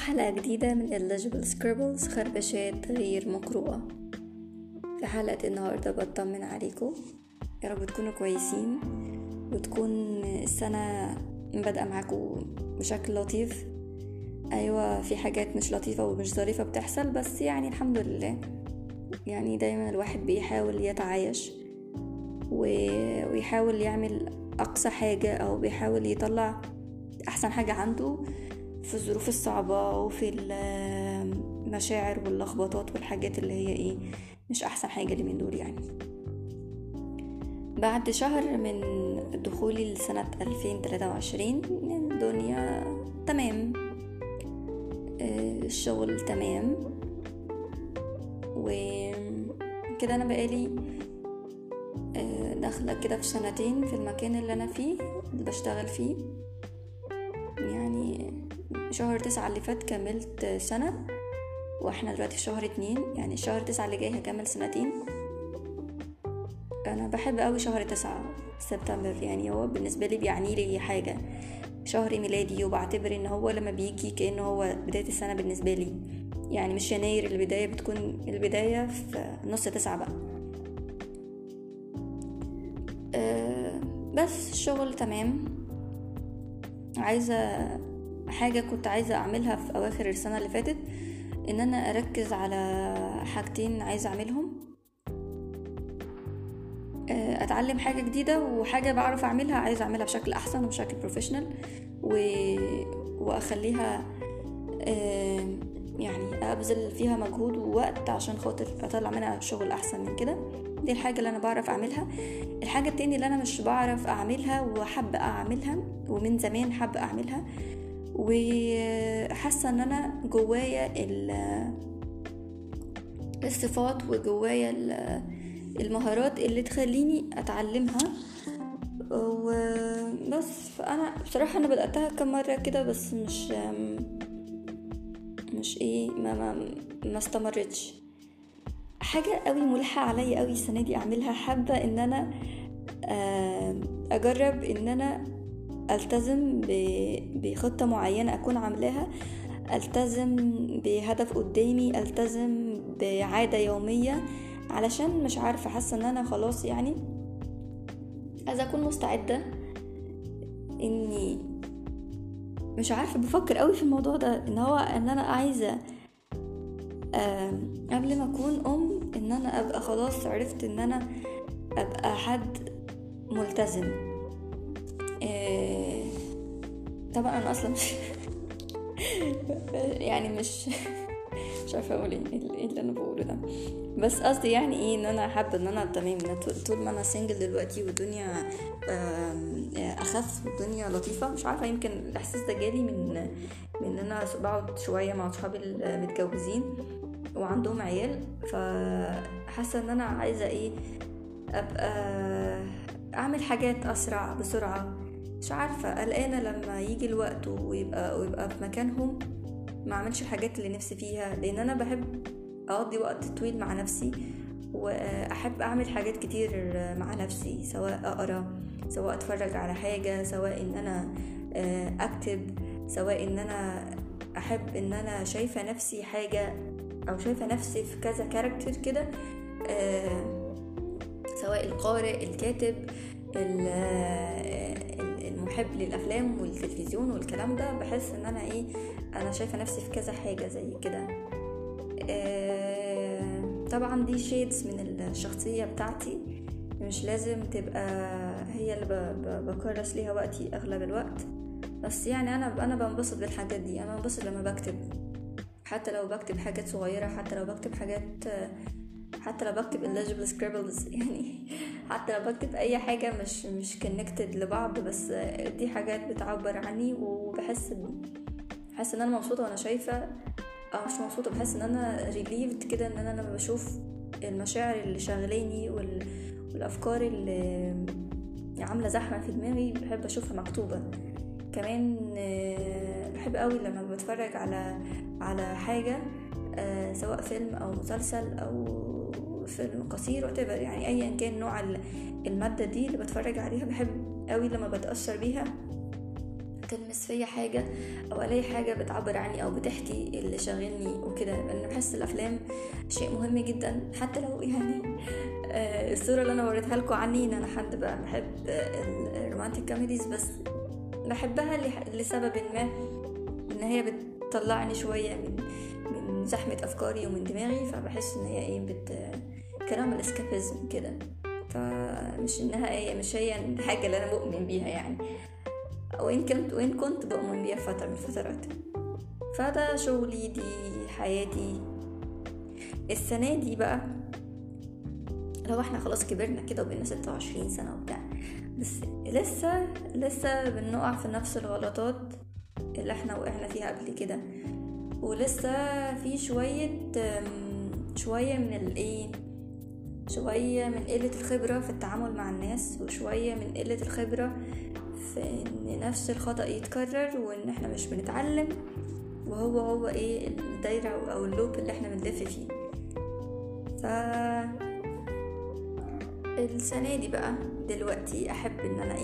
حلقة جديدة من Illegible Scribbles، خربشات غير مقروءة. في حلقة النهاردة بطمن عليكم، يا رب تكونوا كويسين وتكون السنة بادئة معاكم بشكل لطيف. أيوة، في حاجات مش لطيفة ومش ظريفة بتحصل، بس يعني الحمد لله. يعني دايما الواحد بيحاول يتعايش ويحاول يعمل أقصى حاجة، أو بيحاول يطلع أحسن حاجة عنده في الظروف الصعبة وفي المشاعر واللخبطات والحاجات اللي هي مش أحسن حاجة اللي من دول. يعني بعد شهر من دخولي لسنة 2023 الدنيا تمام، الشغل تمام، وكده أنا بقالي داخلة كده في سنتين في المكان اللي أنا فيه اللي بشتغل فيه. يعني شهر 9 اللي فات كملت سنة، واحنا دلوقتي في شهر 2، يعني شهر 9 اللي جاي هكمل سنتين. انا بحب قوي شهر 9 سبتمبر، يعني هو بالنسبة لي بيعني لي حاجة، شهر ميلادي، وبعتبر ان هو لما بيجي كأنه هو بداية السنة بالنسبة لي. يعني مش يناير البداية، بتكون البداية في نص 9 بقى. بس الشغل تمام. كنت عايزة اعملها في اواخر السنة اللي فاتت، ان انا اركز على حاجتين عايزة اعملهم، اتعلم حاجة جديدة وحاجة بعرف اعملها عايزة اعملها بشكل احسن وبشكل بروفيشنال، واخليها يعني ابذل فيها مجهود ووقت عشان خاطر اطلع منها شغل احسن من كده. دي الحاجة اللي انا بعرف اعملها. الحاجة التانية اللي انا مش بعرف اعملها وحابة اعملها، ومن زمان حابة اعملها، وحاسة ان انا جوايا الصفات وجوايا المهارات اللي تخليني اتعلمها وبس. فانا بصراحة انا بدأتها كم مرة كده، بس مش ما استمرتش. حاجة قوي ملحة عليا قوي السنة دي اعملها، حابة ان انا اجرب ان انا التزم بخطة معينة اكون عاملاها، التزم بهدف قدامي، التزم بعادة يومية، علشان مش عارفة، حاسة ان انا خلاص يعني عايزة اكون مستعدة. اني مش عارفة، بفكر قوي في الموضوع ده، ان انا عايزة قبل ما اكون ان انا ابقى خلاص عرفت ان انا ابقى حد ملتزم. طبعا انا اصلا يعني مش عارفه اقول ايه اللي انا بقوله ده، بس قصدي يعني ان انا حابه ان انا تمام، طول ما انا سنجل دلوقتي والدنيا اخف والدنيا لطيفه. مش عارفه، يمكن الاحساس ده جالي من ان انا بقعد شويه مع صحابي المتجوزين وعندهم عيال، فحاسه ان انا عايزه ابقى اعمل حاجات اسرع بسرعه. مش عارفه، قلقانه لما يجي الوقت ويبقى في مكانهم ما اعملش الحاجات اللي نفسي فيها، لان انا بحب اقضي وقت طويل مع نفسي، واحب اعمل حاجات كتير مع نفسي، سواء اقرا، سواء اتفرج على حاجه، سواء ان انا اكتب، سواء ان انا احب ان انا شايفه نفسي حاجه، او شايفه نفسي في كذا كاركتر كده، سواء القارئ، الكاتب، المحب للافلام والتلفزيون والكلام ده. بحس ان انا شايفه نفسي في كذا حاجه زي كده. طبعا دي شيدز من الشخصيه بتاعتي، مش لازم تبقى هي اللي بكرس ليها وقتي اغلب الوقت، بس يعني انا بنبسط بالحاجات دي. انا بنبسط لما بكتب، حتى لو بكتب حاجات صغيره، حتى لو بكتب illegible scribbles، يعني حتى لو بكتب اي حاجة مش connected لبعض، بس دي حاجات بتعبر عني، وبحس ان انا مبسوطة وانا شايفة، او مش مبسوطة، بحس ان انا relieved كده، ان انا لما بشوف المشاعر اللي شغلاني والافكار اللي عاملة زحمة في دماغي بحب اشوفها مكتوبة. كمان بحب قوي لما بتفرج على حاجة، سواء فيلم او مسلسل او فيلم قصير whatever، يعني ايا كان نوع المادة دي اللي بتفرج عليها، بحب قوي لما بتأثر بيها تلمس فيا حاجة او الاقي حاجة بتعبر عني او بتحكي اللي شاغلني وكده. لان بحس الافلام شيء مهم جدا، حتى لو يعني الصورة اللي انا وريتها لكم عني ان انا حد بقى بحب الرومانتيك كوميديز، بس بحبها لسبب ما، ان هي بتطلعني شوية من زحمة افكاري ومن دماغي، فبحس ان هي ايه كلام من الاسكابيزم كده. فمش انها ايه، مش هي الحاجة اللي انا مؤمن بيها يعني، وإن كنت بؤمن بيها فترة من الفترات. فده شغلي، دي حياتي. السنة دي بقى لو احنا خلاص كبرنا كده وبقينا 26 سنة وبتاع، بس لسه بنقع في نفس الغلطات اللي احنا وقعنا فيها قبل كده، ولسه في شوية من قلة الخبرة في التعامل مع الناس، وشوية من قلة الخبرة في ان نفس الخطأ يتكرر، وان احنا مش بنتعلم، وهو ايه الدايرة او اللوب اللي احنا بنلف فيه. السنة دي بقى دلوقتي احب ان انا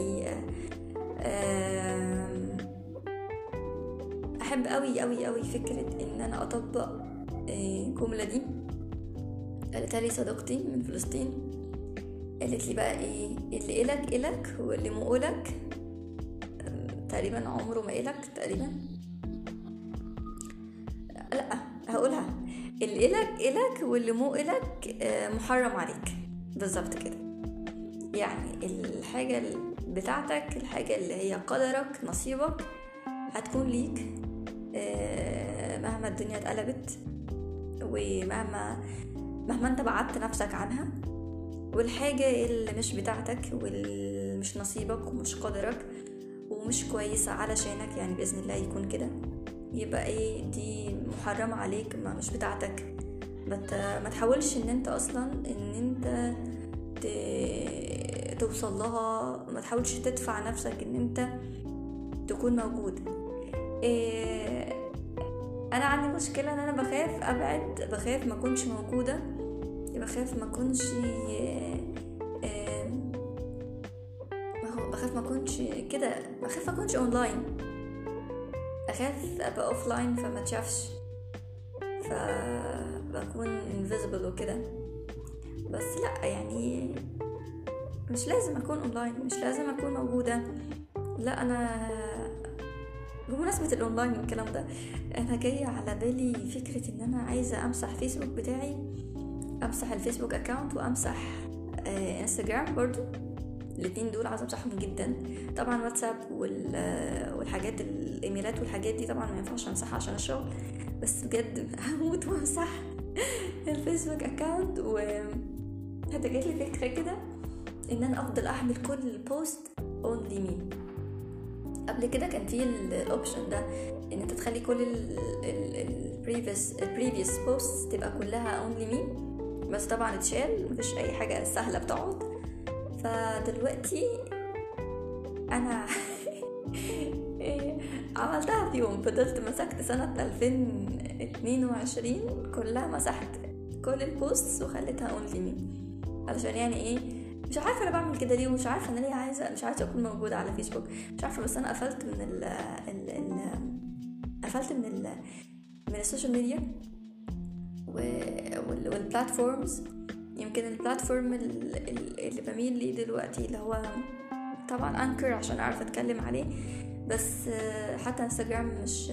احب قوي قوي قوي فكرة ان انا اطبق الجملة دي قالتها لي صديقتي من فلسطين. قالت لي بقى ايه، اللي إلك واللي مقولك تقريبا عمره ما إلك تقريبا، لا هقولها، اللي إلك واللي مو إلك محرم عليك، بالظبط كده. يعني الحاجة بتاعتك، الحاجة اللي هي قدرك نصيبك هتكون ليك مهما الدنيا اتقلبت، ومهما انت بعدت نفسك عنها. والحاجة اللي مش بتاعتك واللي مش نصيبك ومش قدرك ومش كويسة علشانك، يعني بإذن الله يكون كده، يبقى ايه دي محرمة عليك، ما مش بتاعتك. ما تحاولش ان انت اصلا ان انت توصل لها، ما تحاولش تدفع نفسك ان انت تكون موجود. انا عندي مشكلة ان انا بخاف ابعد، بخاف ما كنش موجودة، بخاف ما كنش كده، بخاف ما كنش اونلاين، اخاف ابقى اوفلاين فما تشافش، فبكون invisible وكده. بس لا يعني مش لازم اكون اونلاين، مش لازم اكون موجودة. لا انا بمناسبة الاونلاين والكلام ده، انا جاية على بالي فكرة ان انا عايزة امسح فيسبوك بتاعي، امسح الفيسبوك اكاونت وامسح انستجرام برضو. الاتنين دول عايزة امسحهم جدا. طبعا واتساب والحاجات الايميلات والحاجات دي طبعا ما ينفعش امسحها عشان الشغل، بس بجد هموت وامسح الفيسبوك اكاونت. وحتى جات لي فكرة كده ان انا افضل احمل كل بوست اونلي مي. قبل كده كان في الاوبشن ده ان انت تخلي كل البريفيوس بوست تبقى كلها اونلي مي، بس طبعا اتشال، مفيش اي حاجة سهلة بتقعد. فدلوقتي انا عملتها في يوم، فضلت مسكت سنة 2022 كلها، مسحت كل البوستس وخليتها اونلي مي، علشان يعني ايه، مش عارفة انا بعمل كده ليه، ومش عارفة انا ليه مش عايزة اكون موجودة على فيسبوك، مش عارفة. بس انا قفلت من السوشيال ميديا والبلاتفورمز. يمكن البلاتفورم اللي بميل ليه دلوقتي اللي هو طبعا انكر عشان اعرف اتكلم عليه، بس حتى انستجرام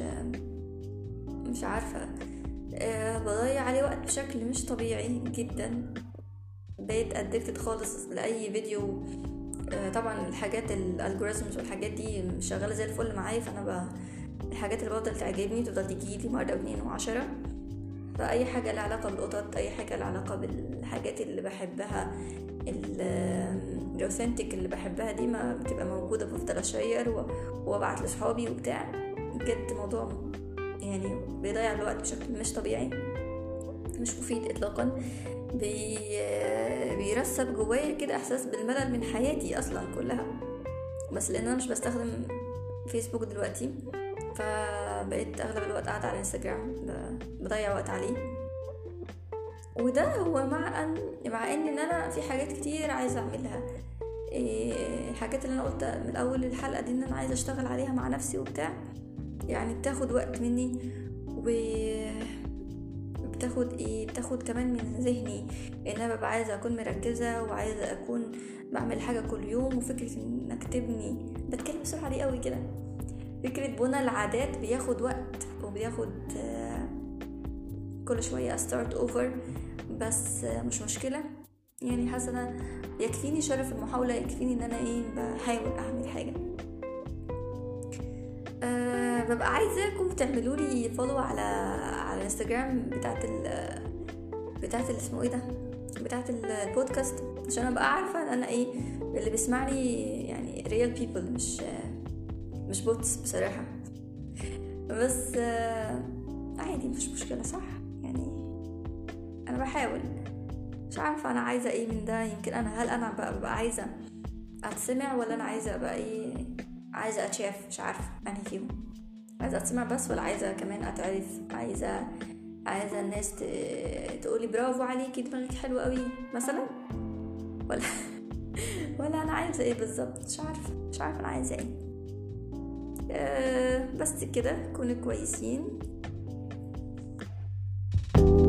مش عارفة، بضيع عليه وقت بشكل مش طبيعي جدا. بقيت ادكتد خالص لاي فيديو. طبعا الحاجات الالجوريزمز والحاجات دي شغاله زي الفل معايا، فانا الحاجات اللي بفضل تعجبني تفضل تجيلي مرة 2 و10. فاي حاجه لها علاقه بالقطط، اي حاجه لها علاقه بالحاجات اللي بحبها، الاوثنتيك اللي بحبها دي ما بتبقى موجوده، بفضل اشير وابعت لاصحابي وبتاع. بجد موضوع يعني بيضيع الوقت بشكل مش طبيعي، مش مفيد اطلاقا. بيرسب جوايا كده احساس بالملل من حياتي اصلا كلها، بس لان انا مش بستخدم فيسبوك دلوقتي، فبقيت اغلب الوقت قاعده على انستجرام بضيع وقت عليه. وده هو مع ان انا في حاجات كتير عايزه اعملها، الحاجات اللي انا قلت من اول الحلقة دي ان انا عايزة اشتغل عليها مع نفسي وبتاع، يعني بتاخد وقت مني، بتاخد كمان من ذهني، ان انا ببقى عايزة اكون مركزة وعايزة اكون بعمل حاجة كل يوم. وفكرة انك تبني، بتكلم بسرعة دي قوي كده، فكرة بناء العادات بياخد وقت وبياخد كل شوية start over، بس مش مشكلة يعني. حاسة يكفيني شرف المحاولة، يكفيني ان انا بحاول اعمل حاجة. ببقى عايزاكم تعملوا لي فولو على انستجرام بتاعت اسمه ايه ده، بتاعت البودكاست، عشان ابقى عارفة ان انا اللي بيسمعني يعني real people، مش بوتس بصراحة. بس عادي، مش مشكلة، صح يعني. انا بحاول، مش عارفة انا عايزة ايه من ده. يمكن هل انا ببقى عايزة اتسمع، ولا انا عايزة ابقى عايزة اتشاف؟ مش عارفة انهي فيهم. عايزة اتسمع بس، ولا عايزة كمان اتعرف؟ عايزة الناس تقولي برافو عليكي، دماغك حلوة قوي مثلا، ولا ولا انا عايزة ايه بالظبط؟ مش عارفة انا عايزة ايه. بس كده، كونوا كويسين.